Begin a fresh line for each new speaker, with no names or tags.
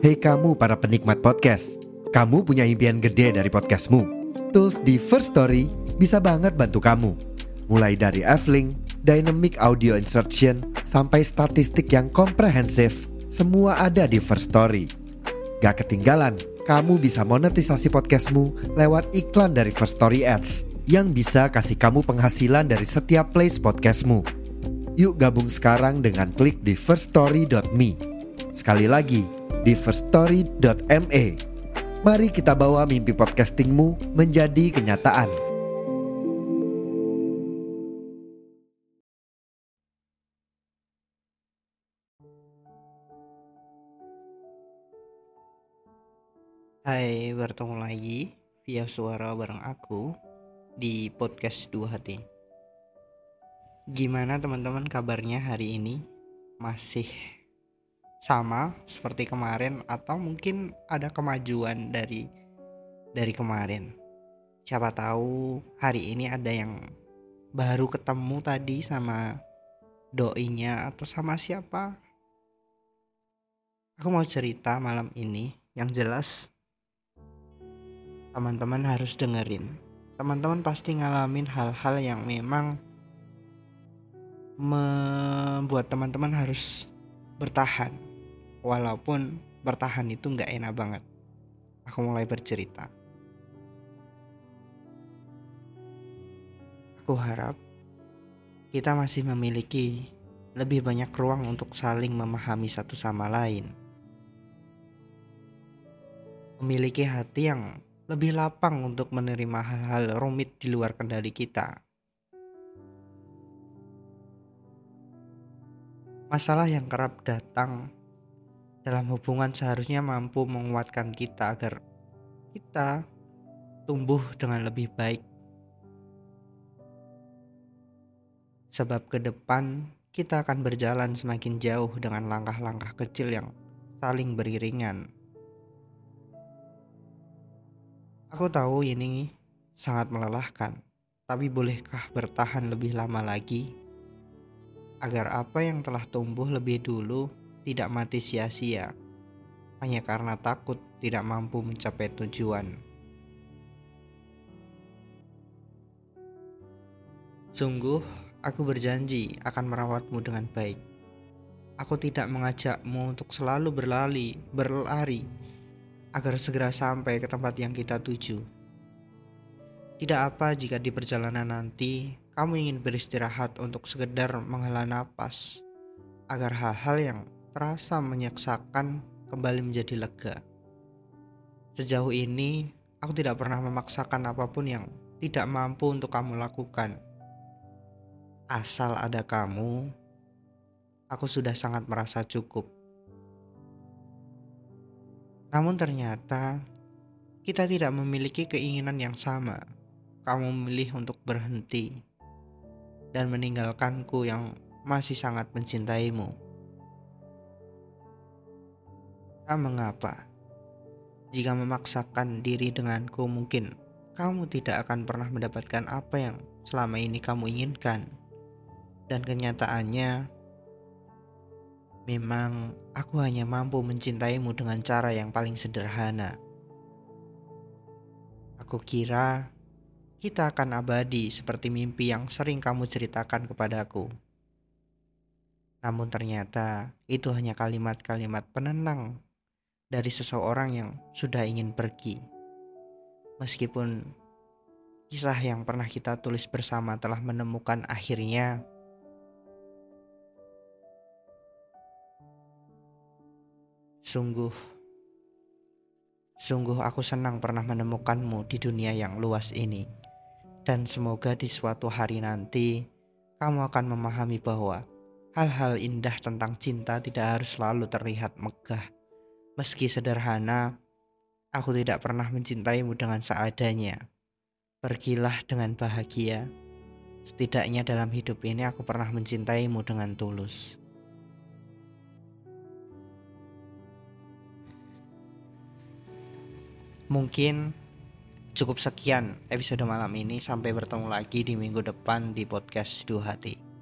Hei kamu para penikmat podcast, kamu punya impian gede dari podcastmu. Tools di First Story bisa banget bantu kamu. Mulai dari F-Link, Dynamic Audio Insertion, sampai statistik yang komprehensif, semua ada di First Story. Gak ketinggalan, kamu bisa monetisasi podcastmu lewat iklan dari First Story Ads yang bisa kasih kamu penghasilan dari setiap plays podcastmu. Yuk gabung sekarang dengan klik di firststory.me. Sekali lagi, di firststory.me. Mari kita bawa mimpi podcastingmu menjadi kenyataan.
Hai, bertemu lagi via suara bareng aku di podcast Dua Hati. Gimana teman-teman kabarnya hari ini? Masih sama seperti kemarin atau mungkin ada kemajuan dari kemarin? Siapa tahu hari ini ada yang baru ketemu tadi sama doinya atau sama siapa? Aku mau cerita malam ini, yang jelas teman-teman harus dengerin. Teman-teman pasti ngalamin hal-hal yang memang membuat teman-teman harus bertahan. Walaupun bertahan itu gak enak banget. Aku mulai bercerita. Aku harap kita masih memiliki lebih banyak ruang untuk saling memahami satu sama lain. Memiliki hati yang lebih lapang untuk menerima hal-hal rumit di luar kendali kita. Masalah yang kerap datang dalam hubungan seharusnya mampu menguatkan kita agar kita tumbuh dengan lebih baik. Sebab ke depan kita akan berjalan semakin jauh dengan langkah-langkah kecil yang saling beriringan. Aku tahu ini sangat melelahkan, tapi bolehkah bertahan lebih lama lagi? Agar apa yang telah tumbuh lebih dulu tidak mati sia-sia, hanya karena takut tidak mampu mencapai tujuan. Sungguh, aku berjanji akan merawatmu dengan baik. Aku tidak mengajakmu untuk selalu berlari, agar segera sampai ke tempat yang kita tuju. Tidak apa jika di perjalanan nanti kamu ingin beristirahat untuk sekedar menghela napas, agar hal-hal yang terasa menyeksakan kembali menjadi lega. Sejauh ini, aku tidak pernah memaksakan apapun yang tidak mampu untuk kamu lakukan. Asal ada kamu, aku sudah sangat merasa cukup. Namun ternyata, kita tidak memiliki keinginan yang sama. Kamu memilih untuk berhenti dan meninggalkanku yang masih sangat mencintaimu. Mengapa? Jika memaksakan diri denganku, mungkin kamu tidak akan pernah mendapatkan apa yang selama ini kamu inginkan. Dan kenyataannya, memang aku hanya mampu mencintaimu dengan cara yang paling sederhana. Aku kira kita akan abadi seperti mimpi yang sering kamu ceritakan kepadaku. Namun ternyata itu hanya kalimat-kalimat penenang dari seseorang yang sudah ingin pergi. Meskipun kisah yang pernah kita tulis bersama telah menemukan akhirnya, Sungguh aku senang pernah menemukanmu di dunia yang luas ini. Dan semoga di suatu hari nanti kamu akan memahami bahwa hal-hal indah tentang cinta tidak harus selalu terlihat megah. Meski sederhana, aku tidak pernah mencintaimu dengan seadanya. Pergilah dengan bahagia. Setidaknya dalam hidup ini aku pernah mencintaimu dengan tulus. Mungkin cukup sekian episode malam ini. Sampai bertemu lagi di minggu depan di podcast Dua Hati.